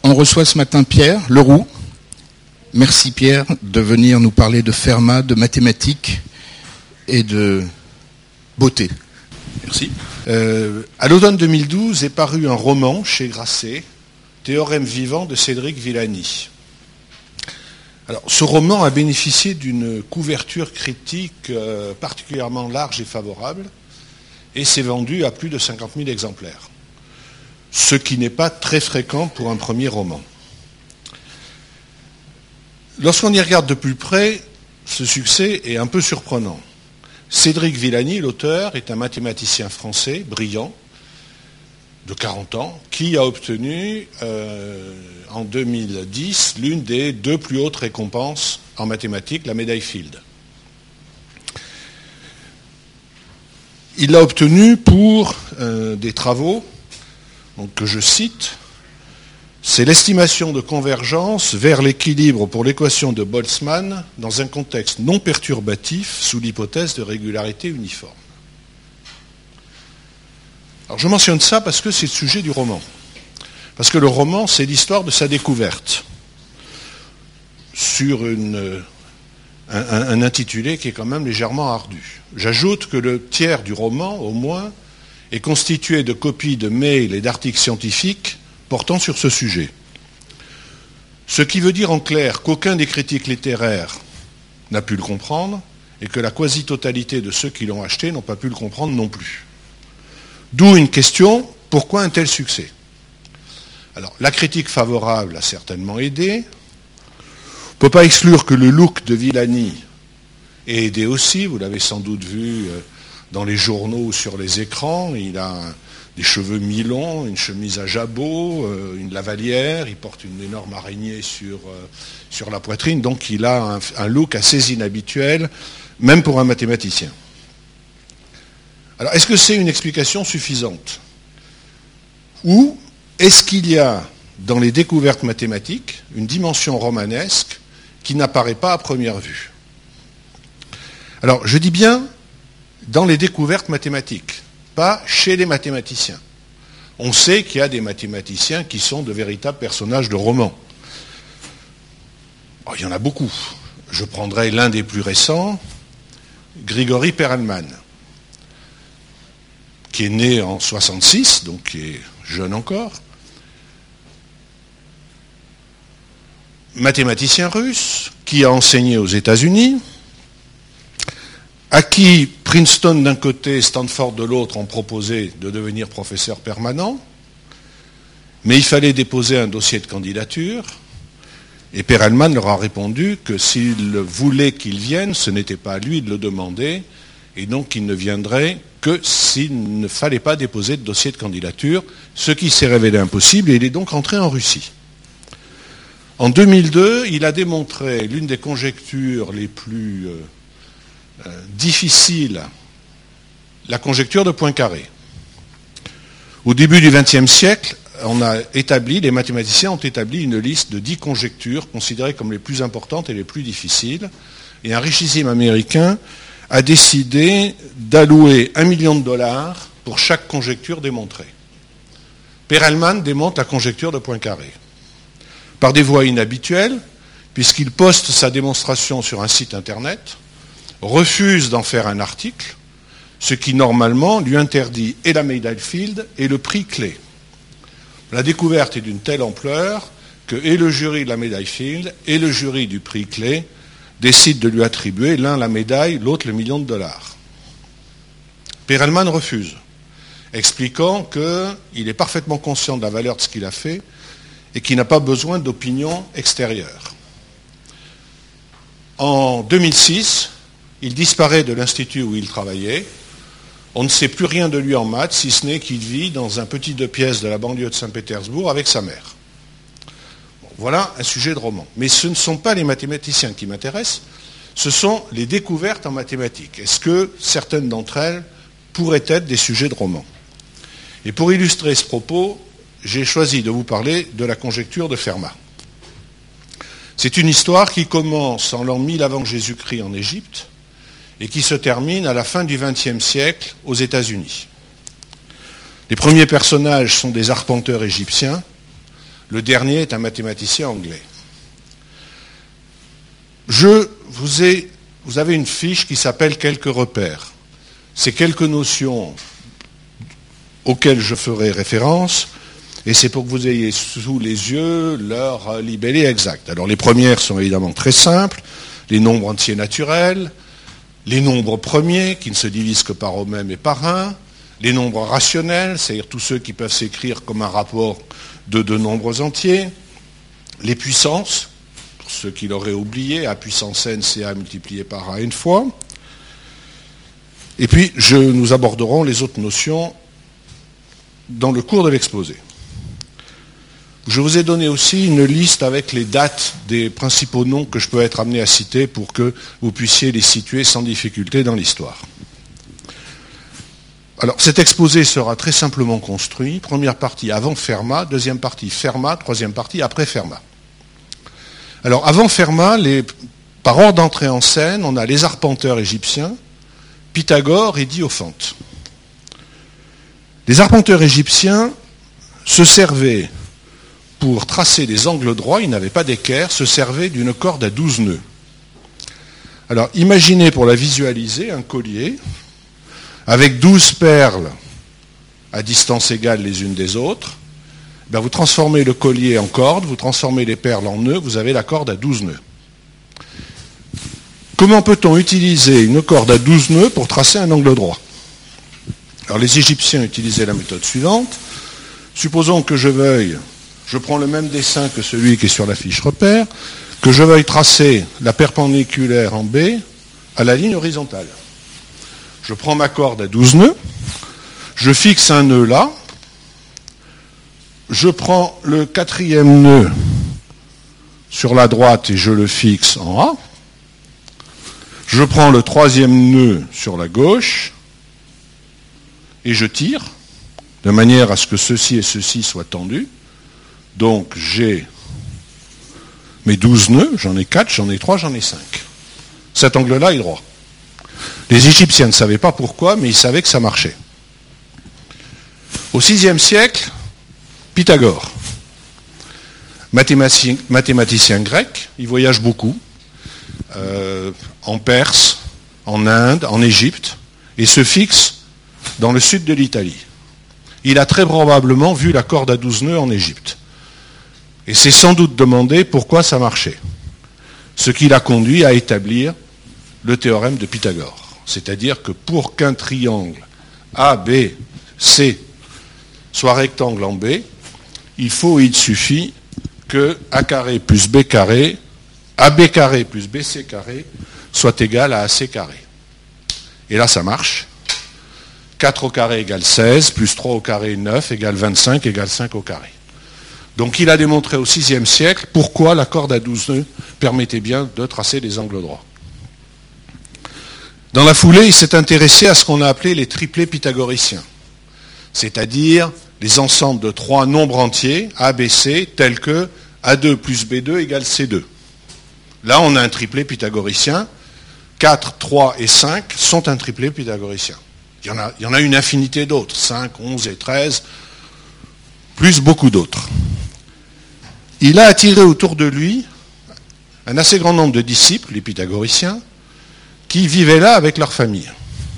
On reçoit ce matin Pierre Leroux. Merci Pierre de venir nous parler de Fermat, de mathématiques et de beauté. Merci. À l'automne 2012 est paru un roman chez Grasset, Théorème vivant de Cédric Villani. Alors, ce roman a bénéficié d'une couverture critique particulièrement large et favorable et s'est vendu à plus de 50 000 exemplaires, ce qui n'est pas très fréquent pour un premier roman. Lorsqu'on y regarde de plus près, ce succès est un peu surprenant. Cédric Villani, l'auteur, est un mathématicien français brillant, de 40 ans, qui a obtenu en 2010 l'une des 2 plus hautes récompenses en mathématiques, la médaille Fields. Il l'a obtenu pour des travaux donc, que je cite, c'est l'estimation de convergence vers l'équilibre pour l'équation de Boltzmann dans un contexte non perturbatif sous l'hypothèse de régularité uniforme. Alors je mentionne ça parce que c'est le sujet du roman. Parce que le roman, c'est l'histoire de sa découverte sur un intitulé qui est quand même légèrement ardu. J'ajoute que le tiers du roman, au moins, est constitué de copies de mails et d'articles scientifiques portant sur ce sujet. Ce qui veut dire en clair qu'aucun des critiques littéraires n'a pu le comprendre et que la quasi-totalité de ceux qui l'ont acheté n'ont pas pu le comprendre non plus. D'où une question, pourquoi un tel succès ? Alors, la critique favorable a certainement aidé. On ne peut pas exclure que le look de Villani ait aidé aussi, vous l'avez sans doute vu dans les journaux ou sur les écrans, il a des cheveux mi-longs, une chemise à jabot, une lavalière, il porte une énorme araignée sur la poitrine, donc il a un look assez inhabituel, même pour un mathématicien. Alors, est-ce que c'est une explication suffisante ? Ou est-ce qu'il y a, dans les découvertes mathématiques, une dimension romanesque qui n'apparaît pas à première vue ? Alors, je dis bien dans les découvertes mathématiques, pas chez les mathématiciens. On sait qu'il y a des mathématiciens qui sont de véritables personnages de romans. Oh, il y en a beaucoup. Je prendrai l'un des plus récents, Grigori Perelman, qui est né en 66, donc qui est jeune encore. Mathématicien russe, qui a enseigné aux États-Unis, à qui Princeton d'un côté, Stanford de l'autre ont proposé de devenir professeur permanent, mais il fallait déposer un dossier de candidature, et Perelman leur a répondu que s'il voulait qu'il vienne, ce n'était pas à lui de le demander, et donc il ne viendrait que s'il ne fallait pas déposer de dossier de candidature, ce qui s'est révélé impossible, et il est donc rentré en Russie. En 2002, il a démontré l'une des conjectures les plus difficiles, la conjecture de Poincaré. Au début du XXe siècle, les mathématiciens ont établi une liste de 10 conjectures considérées comme les plus importantes et les plus difficiles, et un richissime américain a décidé d'allouer $1 million pour chaque conjecture démontrée. Perelman démontre la conjecture de Poincaré par des voies inhabituelles, puisqu'il poste sa démonstration sur un site internet, refuse d'en faire un article, ce qui normalement lui interdit et la médaille Fields et le prix Clé. La découverte est d'une telle ampleur que et le jury de la médaille Fields et le jury du prix Clé décident de lui attribuer l'un la médaille, l'autre le $1 million. Perelman refuse, expliquant qu'il est parfaitement conscient de la valeur de ce qu'il a fait et qu'il n'a pas besoin d'opinion extérieure. En 2006, il disparaît de l'institut où il travaillait. On ne sait plus rien de lui en maths, si ce n'est qu'il vit dans un petit 2 pièces de la banlieue de Saint-Pétersbourg avec sa mère. Bon, voilà un sujet de roman. Mais ce ne sont pas les mathématiciens qui m'intéressent, ce sont les découvertes en mathématiques. Est-ce que certaines d'entre elles pourraient être des sujets de roman ? Et pour illustrer ce propos, j'ai choisi de vous parler de la conjecture de Fermat. C'est une histoire qui commence en l'an 1000 avant Jésus-Christ en Égypte et qui se termine à la fin du XXe siècle aux États-Unis. Les premiers personnages sont des arpenteurs égyptiens, Le dernier est un mathématicien anglais. Vous avez une fiche qui s'appelle quelques repères. C'est quelques notions auxquelles je ferai référence, et c'est pour que vous ayez sous les yeux leur libellé exact. Alors les premières sont évidemment très simples, les nombres entiers naturels, les nombres premiers qui ne se divisent que par eux-mêmes et par 1, les nombres rationnels, c'est-à-dire tous ceux qui peuvent s'écrire comme un rapport de deux nombres entiers, les puissances, pour ceux qui l'auraient oublié, a puissance n, ca multiplié par a n fois, et puis nous aborderons les autres notions dans le cours de l'exposé. Je vous ai donné aussi une liste avec les dates des principaux noms que je peux être amené à citer pour que vous puissiez les situer sans difficulté dans l'histoire. Alors, cet exposé sera très simplement construit. Première partie avant Fermat, deuxième partie Fermat, troisième partie après Fermat. Alors, avant Fermat, par ordre d'entrée en scène, on a les arpenteurs égyptiens, Pythagore et Diophante. Les arpenteurs égyptiens se servaient, pour tracer des angles droits, ils n'avaient pas d'équerre, se servaient d'une corde à 12 nœuds. Alors, imaginez pour la visualiser un collier avec 12 perles à distance égale les unes des autres. Ben, vous transformez le collier en corde, vous transformez les perles en nœuds, vous avez la corde à 12 nœuds. Comment peut-on utiliser une corde à 12 nœuds pour tracer un angle droit? Alors, les Égyptiens utilisaient la méthode suivante. Supposons que je prends le même dessin que celui qui est sur la fiche repère, que je veuille tracer la perpendiculaire en B à la ligne horizontale. Je prends ma corde à 12 nœuds, je fixe un nœud là, je prends le quatrième nœud sur la droite et je le fixe en A, je prends le troisième nœud sur la gauche et je tire, de manière à ce que ceci et ceci soient tendus. Donc j'ai mes 12 nœuds, j'en ai 4, j'en ai 3, j'en ai 5. Cet angle-là est droit. Les Égyptiens ne savaient pas pourquoi, mais ils savaient que ça marchait. Au VIe siècle, Pythagore, mathématicien grec, il voyage beaucoup, en Perse, en Inde, en Égypte, et se fixe dans le sud de l'Italie. Il a très probablement vu la corde à 12 nœuds en Égypte. Et s'est sans doute demandé pourquoi ça marchait. Ce qui l'a conduit à établir le théorème de Pythagore. C'est-à-dire que pour qu'un triangle ABC soit rectangle en B, il suffit que A carré plus B carré, AB carré plus BC carré, soit égal à AC carré. Et là, ça marche. 4 au carré égale 16, plus 3 au carré 9, égale 25, égale 5 au carré. Donc il a démontré au VIe siècle pourquoi la corde à 12 nœuds permettait bien de tracer des angles droits. Dans la foulée, il s'est intéressé à ce qu'on a appelé les triplés pythagoriciens, c'est-à-dire les ensembles de 3 nombres entiers, A, B, C, tels que A2 plus B2 égale C2. Là, on a un triplet pythagoricien. 4, 3 et 5 sont un triplet pythagoricien. Il y en a une infinité d'autres, 5, 11 et 13, plus beaucoup d'autres. Il a attiré autour de lui un assez grand nombre de disciples, les pythagoriciens, qui vivaient là avec leur famille.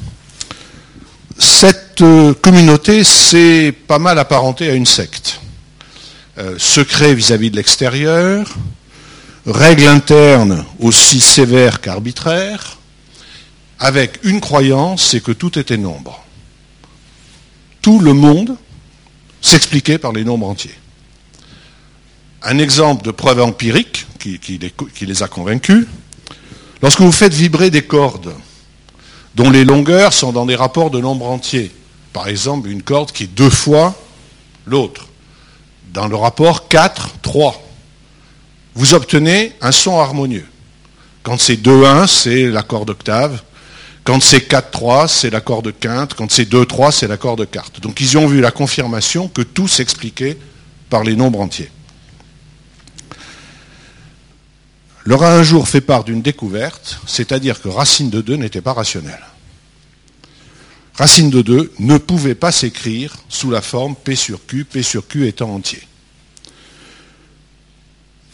Cette communauté s'est pas mal apparentée à une secte. Secret vis-à-vis de l'extérieur, règles internes aussi sévères qu'arbitraires, avec une croyance, c'est que tout était nombre. Tout le monde s'expliquait par les nombres entiers. Un exemple de preuve empirique qui les a convaincus, lorsque vous faites vibrer des cordes dont les longueurs sont dans des rapports de nombres entiers, par exemple une corde qui est 2 fois l'autre, dans le rapport 4, 3, vous obtenez un son harmonieux. Quand c'est 2-1, c'est l'accord d'octave. Quand c'est 4-3, c'est l'accord de quinte. Quand c'est 2-3, c'est l'accord de quarte. Donc ils ont vu la confirmation que tout s'expliquait par les nombres entiers. Leur a un jour fait part d'une découverte, c'est-à-dire que racine de 2 n'était pas rationnelle. Racine de 2 ne pouvait pas s'écrire sous la forme P sur Q étant entier.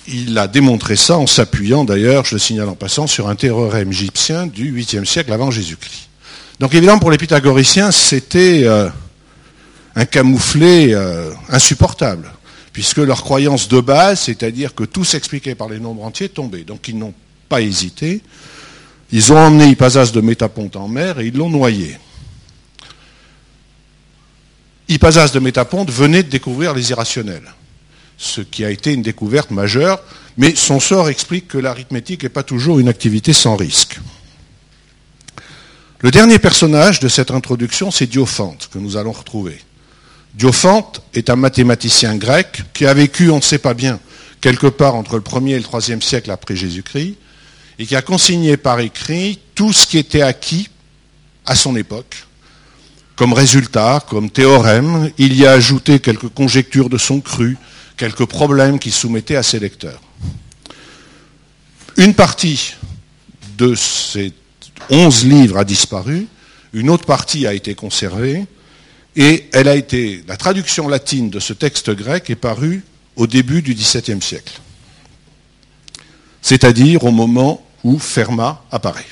il a démontré ça en s'appuyant, d'ailleurs, je le signale en passant, sur un théorème égyptien du 8e siècle avant Jésus-Christ. Donc évidemment, pour les pythagoriciens, c'était un camouflet insupportable, puisque leur croyance de base, c'est-à-dire que tout s'expliquait par les nombres entiers, tombait. Donc ils n'ont pas hésité. Ils ont emmené Hypasas de Métaponte en mer et ils l'ont noyé. Hypasas de Métaponte venait de découvrir les irrationnels, ce qui a été une découverte majeure, mais son sort explique que l'arithmétique n'est pas toujours une activité sans risque. Le dernier personnage de cette introduction, c'est Diophante, que nous allons retrouver. Diophante est un mathématicien grec qui a vécu, on ne sait pas bien, quelque part entre le 1er et le 3e siècle après Jésus-Christ, et qui a consigné par écrit tout ce qui était acquis à son époque, comme résultat, comme théorème. Il y a ajouté quelques conjectures de son cru, quelques problèmes qu'il soumettait à ses lecteurs. Une partie de ces 11 livres a disparu, une autre partie a été conservée, et la traduction latine de ce texte grec est parue au début du XVIIe siècle, c'est-à-dire au moment où Fermat apparaît.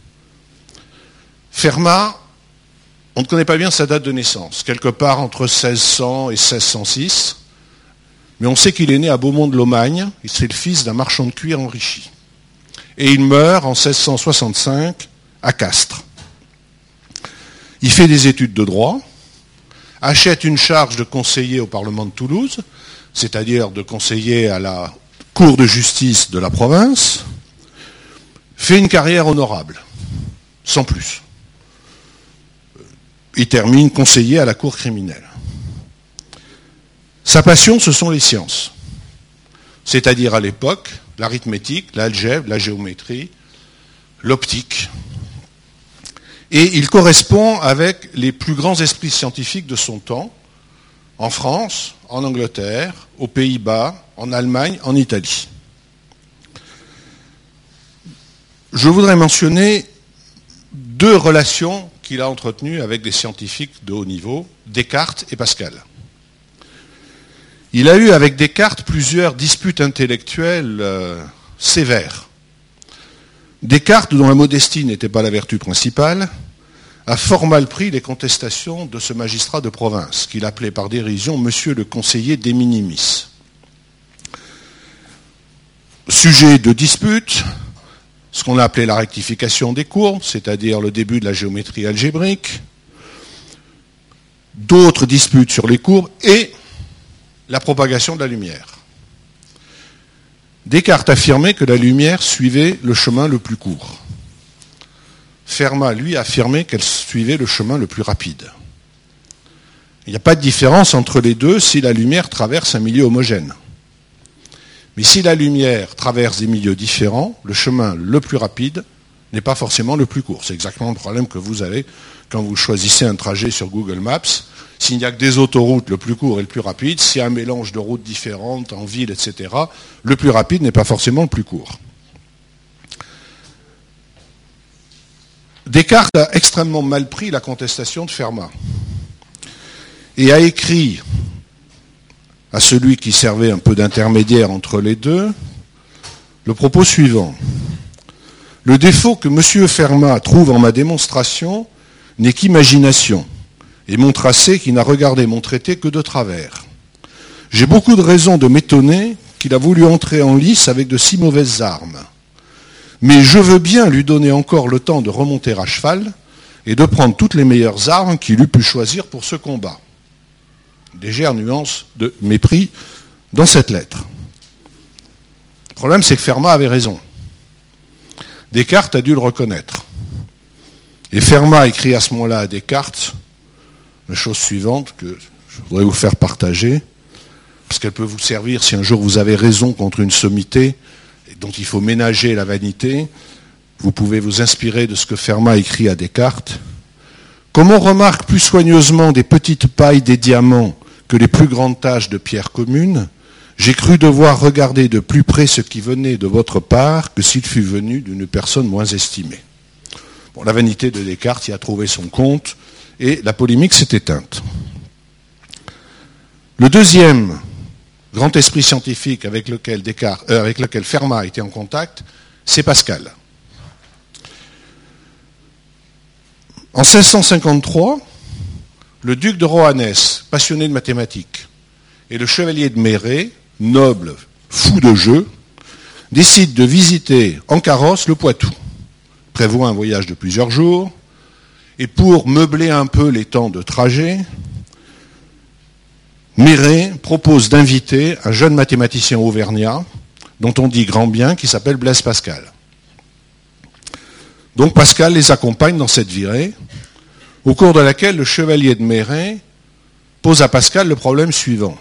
Fermat, on ne connaît pas bien sa date de naissance, quelque part entre 1600 et 1606, mais on sait qu'il est né à Beaumont-de-Lomagne, c'est le fils d'un marchand de cuir enrichi. Et il meurt en 1665 à Castres. Il fait des études de droit, achète une charge de conseiller au Parlement de Toulouse, c'est-à-dire de conseiller à la Cour de justice de la province, fait une carrière honorable, sans plus. Il termine conseiller à la Cour criminelle. Sa passion, ce sont les sciences, c'est-à-dire à l'époque, l'arithmétique, l'algèbre, la géométrie, l'optique. Et il correspond avec les plus grands esprits scientifiques de son temps, en France, en Angleterre, aux Pays-Bas, en Allemagne, en Italie. Je voudrais mentionner 2 relations qu'il a entretenues avec des scientifiques de haut niveau, Descartes et Pascal. Il a eu avec Descartes plusieurs disputes intellectuelles sévères. Descartes, dont la modestie n'était pas la vertu principale, a fort mal pris les contestations de ce magistrat de province, qu'il appelait par dérision Monsieur le conseiller de minimis. Sujet de dispute, ce qu'on a appelé la rectification des courbes, c'est-à-dire le début de la géométrie algébrique, d'autres disputes sur les courbes et la propagation de la lumière. Descartes affirmait que la lumière suivait le chemin le plus court. Fermat, lui, affirmait qu'elle suivait le chemin le plus rapide. Il n'y a pas de différence entre les deux si la lumière traverse un milieu homogène. Mais si la lumière traverse des milieux différents, le chemin le plus rapide n'est pas forcément le plus court. C'est exactement le problème que vous avez quand vous choisissez un trajet sur Google Maps. S'il n'y a que des autoroutes, le plus court et le plus rapide. S'il y a un mélange de routes différentes, en ville, etc., le plus rapide n'est pas forcément le plus court. Descartes a extrêmement mal pris la contestation de Fermat et a écrit à celui qui servait un peu d'intermédiaire entre les deux le propos suivant. Le défaut que M. Fermat trouve en ma démonstration n'est qu'imagination, et mon tracé qui n'a regardé mon traité que de travers. J'ai beaucoup de raisons de m'étonner qu'il a voulu entrer en lice avec de si mauvaises armes. Mais je veux bien lui donner encore le temps de remonter à cheval et de prendre toutes les meilleures armes qu'il eût pu choisir pour ce combat. Légère nuance de mépris dans cette lettre. Le problème, c'est que Fermat avait raison. Descartes a dû le reconnaître. Et Fermat écrit à ce moment-là à Descartes la chose suivante que je voudrais vous faire partager, parce qu'elle peut vous servir si un jour vous avez raison contre une sommité, dont il faut ménager la vanité. Vous pouvez vous inspirer de ce que Fermat écrit à Descartes. Comme on remarque plus soigneusement des petites pailles des diamants que les plus grandes taches de pierre commune, j'ai cru devoir regarder de plus près ce qui venait de votre part que s'il fût venu d'une personne moins estimée. Bon, la vanité de Descartes y a trouvé son compte et la polémique s'est éteinte. Le deuxième grand esprit scientifique avec lequel Fermat était en contact, c'est Pascal. En 1653, le duc de Rohanès, passionné de mathématiques, et le chevalier de Méret, noble, fou de jeu, décident de visiter en carrosse le Poitou. Prévoit un voyage de plusieurs jours, et pour meubler un peu les temps de trajet, Méret propose d'inviter un jeune mathématicien auvergnat, dont on dit grand bien, qui s'appelle Blaise Pascal. Donc Pascal les accompagne dans cette virée, au cours de laquelle le chevalier de Méret pose à Pascal le problème suivant.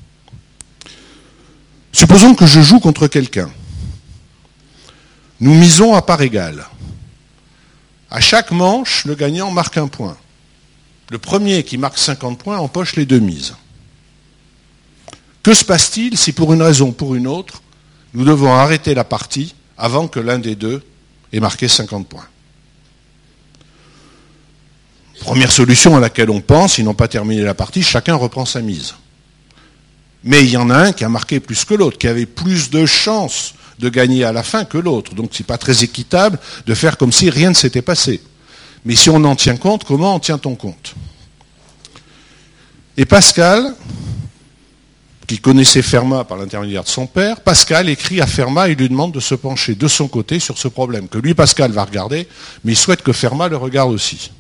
Supposons que je joue contre quelqu'un. Nous misons à part égale. À chaque manche, le gagnant marque un point. Le premier qui marque 50 points empoche les deux mises. Que se passe-t-il si pour une raison ou pour une autre, nous devons arrêter la partie avant que l'un des deux ait marqué 50 points? Première solution à laquelle on pense, ils n'ont pas terminé la partie, chacun reprend sa mise. Mais il y en a un qui a marqué plus que l'autre, qui avait plus de chances de gagner à la fin que l'autre. Donc ce n'est pas très équitable de faire comme si rien ne s'était passé. Mais si on en tient compte, comment en tient-on compte? Et Pascal, qui connaissait Fermat par l'intermédiaire de son père, Pascal écrit à Fermat et lui demande de se pencher de son côté sur ce problème, que lui, Pascal, va regarder, mais il souhaite que Fermat le regarde aussi.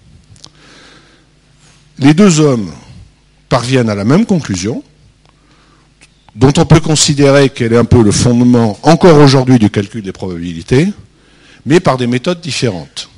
Les deux hommes parviennent à la même conclusion, dont on peut considérer qu'elle est un peu le fondement, encore aujourd'hui, du calcul des probabilités, mais par des méthodes différentes.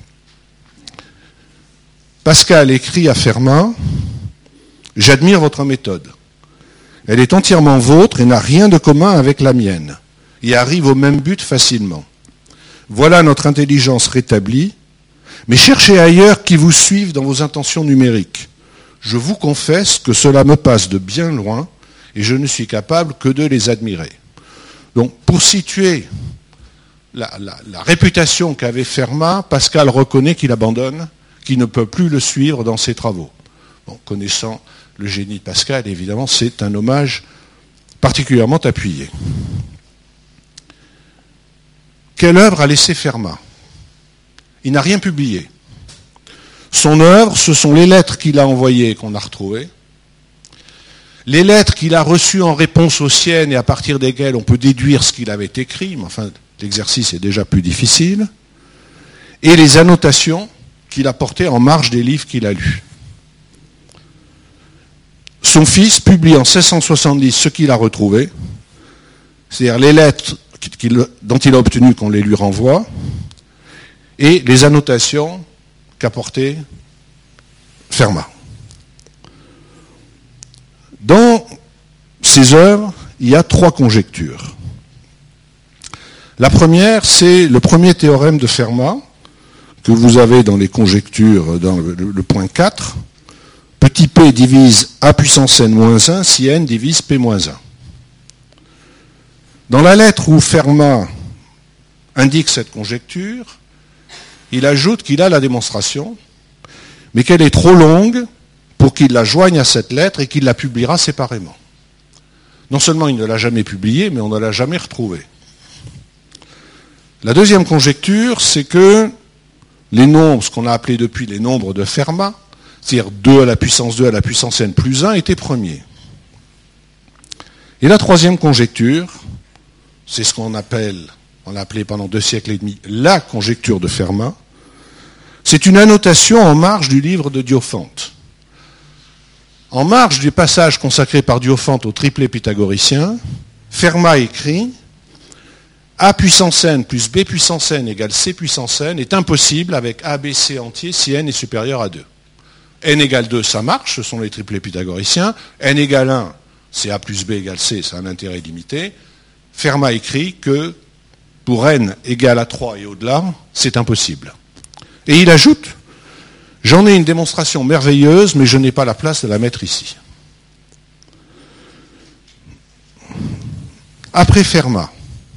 Pascal écrit à Fermat « J'admire votre méthode. Elle est entièrement vôtre et n'a rien de commun avec la mienne, et arrive au même but facilement. Voilà notre intelligence rétablie, mais cherchez ailleurs qui vous suivent dans vos intentions numériques. Je vous confesse que cela me passe de bien loin, et je ne suis capable que de les admirer. » Donc, pour situer la réputation qu'avait Fermat, Pascal reconnaît qu'il abandonne, qu'il ne peut plus le suivre dans ses travaux. Bon, connaissant le génie de Pascal, évidemment, c'est un hommage particulièrement appuyé. Quelle œuvre a laissé Fermat? Il n'a rien publié. Son œuvre, ce sont les lettres qu'il a envoyées et qu'on a retrouvées, les lettres qu'il a reçues en réponse aux siennes et à partir desquelles on peut déduire ce qu'il avait écrit, mais enfin l'exercice est déjà plus difficile, et les annotations qu'il a portées en marge des livres qu'il a lus. Son fils publie en 1670 ce qu'il a retrouvé, c'est-à-dire les lettres dont il a obtenu qu'on les lui renvoie, et les annotations qu'a portées Fermat. Dans ces œuvres, il y a trois conjectures. La première, c'est le premier théorème de Fermat, que vous avez dans les conjectures, dans le point 4. Petit p divise a puissance n-1 si n divise p-1. Dans la lettre où Fermat indique cette conjecture, il ajoute qu'il a la démonstration, mais qu'elle est trop longue pour qu'il la joigne à cette lettre et qu'il la publiera séparément. Non seulement il ne l'a jamais publiée, mais on ne l'a jamais retrouvée. La deuxième conjecture, c'est que les nombres, ce qu'on a appelé depuis les nombres de Fermat, c'est-à-dire 2 à la puissance 2 à la puissance n plus 1, étaient premiers. Et la troisième conjecture, c'est ce qu'on appelle, on l'a appelé pendant 2 siècles et demi, la conjecture de Fermat. C'est une annotation en marge du livre de Diophante. En marge du passage consacré par Diophante au triplet pythagoricien, Fermat écrit « A puissance n plus b puissance n égale c puissance n est impossible avec a, b, c entier si n est supérieur à 2. N égale 2, ça marche, ce sont les triplets pythagoriciens. N égale 1, c'est a plus b égale c, c'est un intérêt limité. Fermat écrit que pour n égale à 3 et au-delà, c'est impossible. Et il ajoute « J'en ai une démonstration merveilleuse, mais je n'ai pas la place de la mettre ici. » Après Fermat,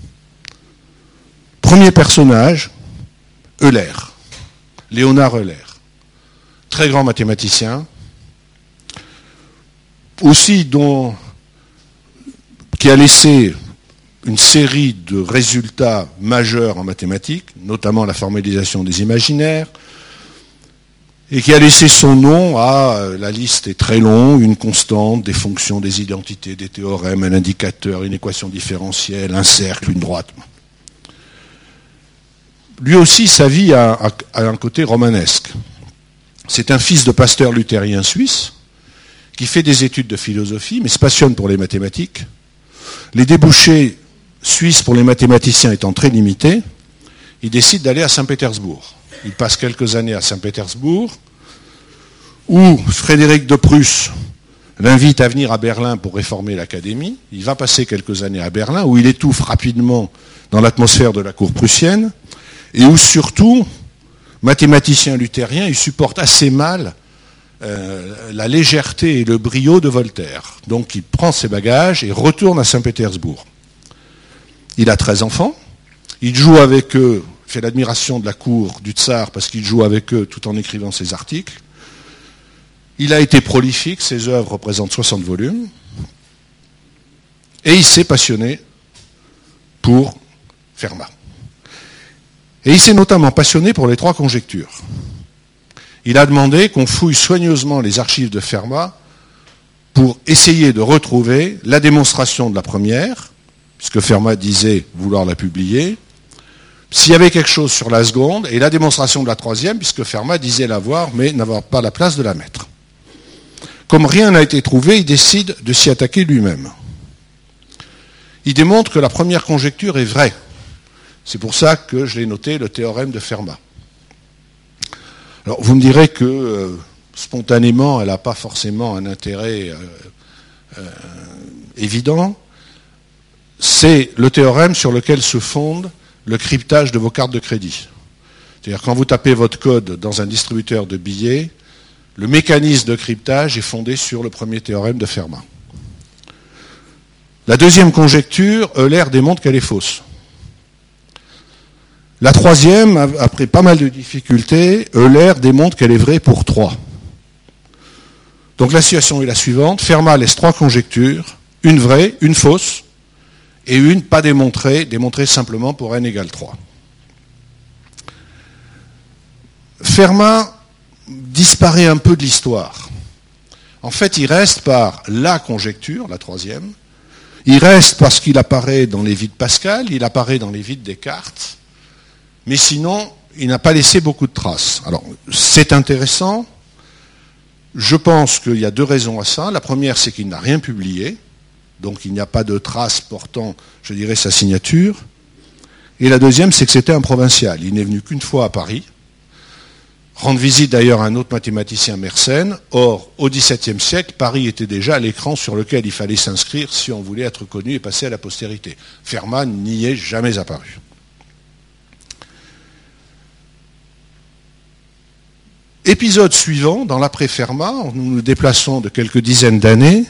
premier personnage, Euler, Léonard Euler, très grand mathématicien, aussi dont qui a laissé une série de résultats majeurs en mathématiques, notamment la formalisation des imaginaires, et qui a laissé son nom à, la liste est très longue, une constante, des fonctions, des identités, des théorèmes, un indicateur, une équation différentielle, un cercle, une droite. Lui aussi, sa vie a un côté romanesque. C'est un fils de pasteur luthérien suisse qui fait des études de philosophie, mais se passionne pour les mathématiques. Les débouchés suisses pour les mathématiciens étant très limités, il décide d'aller à Saint-Pétersbourg. Il passe quelques années à Saint-Pétersbourg, où Frédéric de Prusse l'invite à venir à Berlin pour réformer l'académie. Il va passer quelques années à Berlin, où il étouffe rapidement dans l'atmosphère de la cour prussienne, et où surtout, mathématicien luthérien, il supporte assez mal la légèreté et le brio de Voltaire. Donc il prend ses bagages et retourne à Saint-Pétersbourg. Il a 13 enfants, il joue avec eux, fait l'admiration de la cour du tsar parce qu'il joue avec eux tout en écrivant ses articles. Il a été prolifique, ses œuvres représentent 60 volumes, et il s'est passionné pour Fermat. Et il s'est notamment passionné pour les trois conjectures. Il a demandé qu'on fouille soigneusement les archives de Fermat pour essayer de retrouver la démonstration de la première, puisque Fermat disait vouloir la publier, s'il y avait quelque chose sur la seconde, et la démonstration de la troisième, puisque Fermat disait l'avoir, mais n'avoir pas la place de la mettre. Comme rien n'a été trouvé, il décide de s'y attaquer lui-même. Il démontre que la première conjecture est vraie. C'est pour ça que je l'ai noté, le théorème de Fermat. Alors, vous me direz que spontanément, elle n'a pas forcément un intérêt évident. C'est le théorème sur lequel se fonde le cryptage de vos cartes de crédit. C'est-à-dire quand vous tapez votre code dans un distributeur de billets, le mécanisme de cryptage est fondé sur le premier théorème de Fermat. La deuxième conjecture, Euler démontre qu'elle est fausse. La troisième, après pas mal de difficultés, Euler démontre qu'elle est vraie pour 3. Donc la situation est la suivante. Fermat laisse 3 conjectures, une vraie, une fausse, et une pas démontrée, démontrée simplement pour n égale 3. Fermat disparaît un peu de l'histoire. En fait, il reste par la conjecture, la troisième. Il reste parce qu'il apparaît dans les vies de Pascal, il apparaît dans les vies de Descartes, mais sinon, il n'a pas laissé beaucoup de traces. Alors, c'est intéressant. Je pense qu'il y a 2 raisons à ça. La première, c'est qu'il n'a rien publié, donc il n'y a pas de traces portant, je dirais, sa signature. Et la deuxième, c'est que c'était un provincial. Il n'est venu qu'une fois à Paris, rendre visite d'ailleurs à un autre mathématicien Mersenne. Or, au XVIIe siècle, Paris était déjà l'écran sur lequel il fallait s'inscrire si on voulait être connu et passer à la postérité. Fermat n'y est jamais apparu. Épisode suivant, dans l'après-Fermat, nous nous déplaçons de quelques dizaines d'années,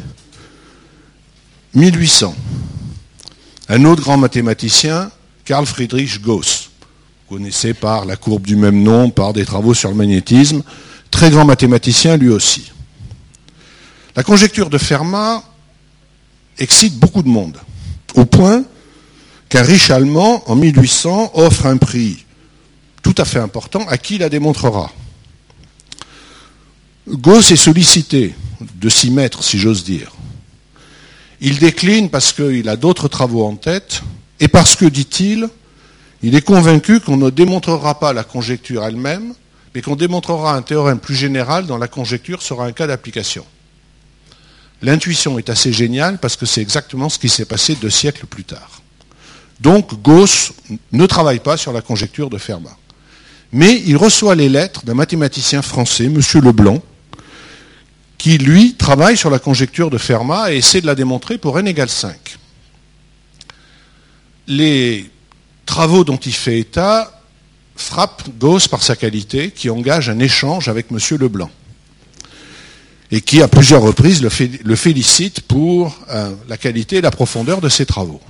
1800. Un autre grand mathématicien, Carl Friedrich Gauss, connaissez par la courbe du même nom, par des travaux sur le magnétisme, très grand mathématicien lui aussi. La conjecture de Fermat excite beaucoup de monde, au point qu'un riche Allemand, en 1800, offre un prix tout à fait important à qui la démontrera. Gauss est sollicité de s'y mettre, si j'ose dire. Il décline parce qu'il a d'autres travaux en tête et parce que, dit-il, il est convaincu qu'on ne démontrera pas la conjecture elle-même, mais qu'on démontrera un théorème plus général dont la conjecture sera un cas d'application. L'intuition est assez géniale parce que c'est exactement ce qui s'est passé 2 siècles plus tard. Donc Gauss ne travaille pas sur la conjecture de Fermat. Mais il reçoit les lettres d'un mathématicien français, M. Leblanc, qui, lui, travaille sur la conjecture de Fermat et essaie de la démontrer pour n égale 5. Les travaux dont il fait état frappent Gauss par sa qualité, qui engage un échange avec M. Leblanc, et qui, à plusieurs reprises, le félicite pour la qualité et la profondeur de ses travaux.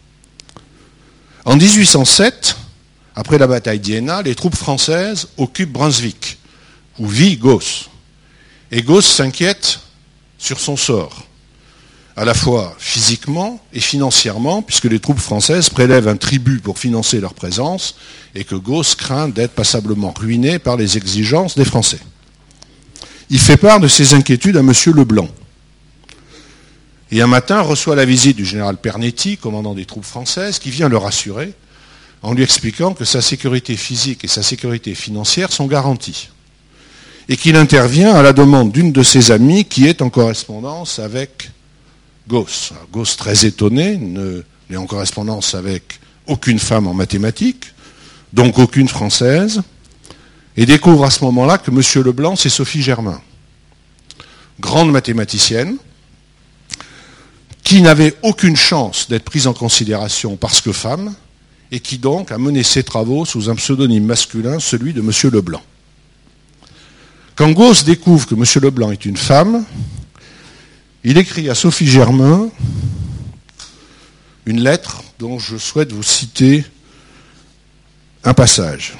En 1807, après la bataille d'Iéna, les troupes françaises occupent Brunswick, où vit Gauss. Et Gauss s'inquiète sur son sort. à la fois physiquement et financièrement, puisque les troupes françaises prélèvent un tribut pour financer leur présence, et que Gauss craint d'être passablement ruiné par les exigences des Français. Il fait part de ses inquiétudes à M. Leblanc. Et un matin reçoit la visite du général Pernetti, commandant des troupes françaises, qui vient le rassurer en lui expliquant que sa sécurité physique et sa sécurité financière sont garanties. Et qu'il intervient à la demande d'une de ses amies qui est en correspondance avec Gauss. Alors, Gauss, très étonné, n'est en correspondance avec aucune femme en mathématiques, donc aucune française, et découvre à ce moment-là que M. Leblanc, c'est Sophie Germain, grande mathématicienne, qui n'avait aucune chance d'être prise en considération parce que femme, et qui donc a mené ses travaux sous un pseudonyme masculin, celui de M. Leblanc. Quand Gauss découvre que M. Leblanc est une femme, il écrit à Sophie Germain une lettre dont je souhaite vous citer un passage.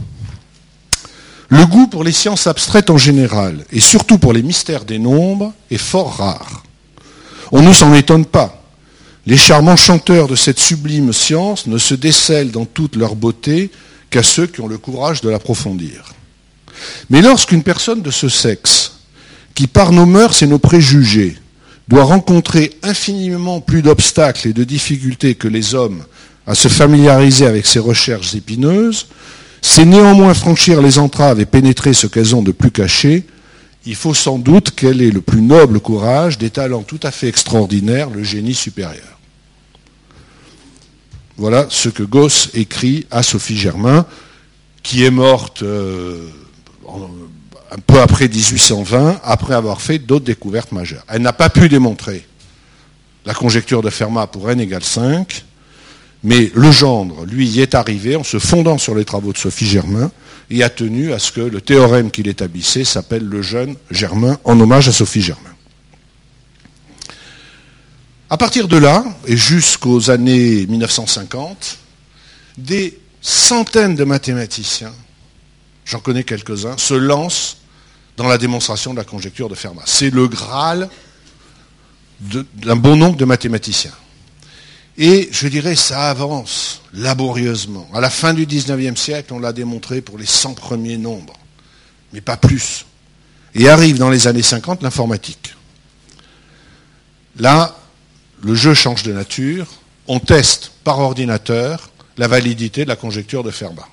Le goût pour les sciences abstraites en général, et surtout pour les mystères des nombres, est fort rare. On ne s'en étonne pas. Les charmants chanteurs de cette sublime science ne se décèlent dans toute leur beauté qu'à ceux qui ont le courage de l'approfondir. Mais lorsqu'une personne de ce sexe, qui par nos mœurs et nos préjugés, doit rencontrer infiniment plus d'obstacles et de difficultés que les hommes à se familiariser avec ces recherches épineuses, sait néanmoins franchir les entraves et pénétrer ce qu'elles ont de plus caché, il faut sans doute qu'elle ait le plus noble courage, des talents tout à fait extraordinaires, le génie supérieur. Voilà ce que Gauss écrit à Sophie Germain, qui est morte un peu après 1820, après avoir fait d'autres découvertes majeures. Elle n'a pas pu démontrer la conjecture de Fermat pour n égale 5, mais Legendre, lui, y est arrivé en se fondant sur les travaux de Sophie Germain et a tenu à ce que le théorème qu'il établissait s'appelle le jeune Germain, en hommage à Sophie Germain. À partir de là, et jusqu'aux années 1950, des centaines de mathématiciens, j'en connais quelques-uns, se lancent dans la démonstration de la conjecture de Fermat. C'est le Graal d'un bon nombre de mathématiciens. Et je dirais, ça avance laborieusement. À la fin du XIXe siècle, on l'a démontré pour les 100 premiers nombres, mais pas plus. Et arrive dans les années 50 l'informatique. Là, le jeu change de nature. On teste par ordinateur la validité de la conjecture de Fermat.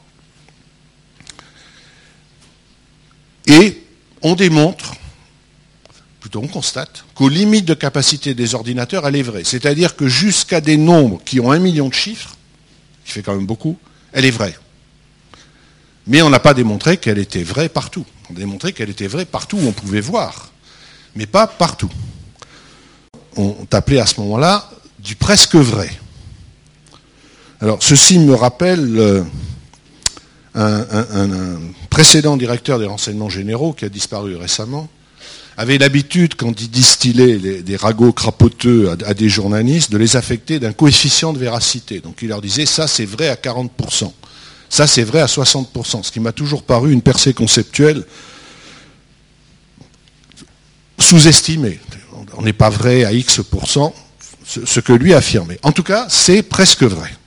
Et on démontre, plutôt on constate, qu'aux limites de capacité des ordinateurs, elle est vraie. C'est-à-dire que jusqu'à des nombres qui ont 1 million de chiffres, qui fait quand même beaucoup, elle est vraie. Mais on n'a pas démontré qu'elle était vraie partout. On a démontré qu'elle était vraie partout où on pouvait voir, mais pas partout. On appelait à ce moment-là du presque vrai. Alors, ceci me rappelle un précédent directeur des renseignements généraux, qui a disparu récemment, avait l'habitude, quand il distillait des ragots crapoteux à des journalistes, de les affecter d'un coefficient de véracité. Donc il leur disait, ça c'est vrai à 40%, ça c'est vrai à 60%, ce qui m'a toujours paru une percée conceptuelle sous-estimée. On n'est pas vrai à X%, ce que lui affirmait. En tout cas, c'est presque vrai.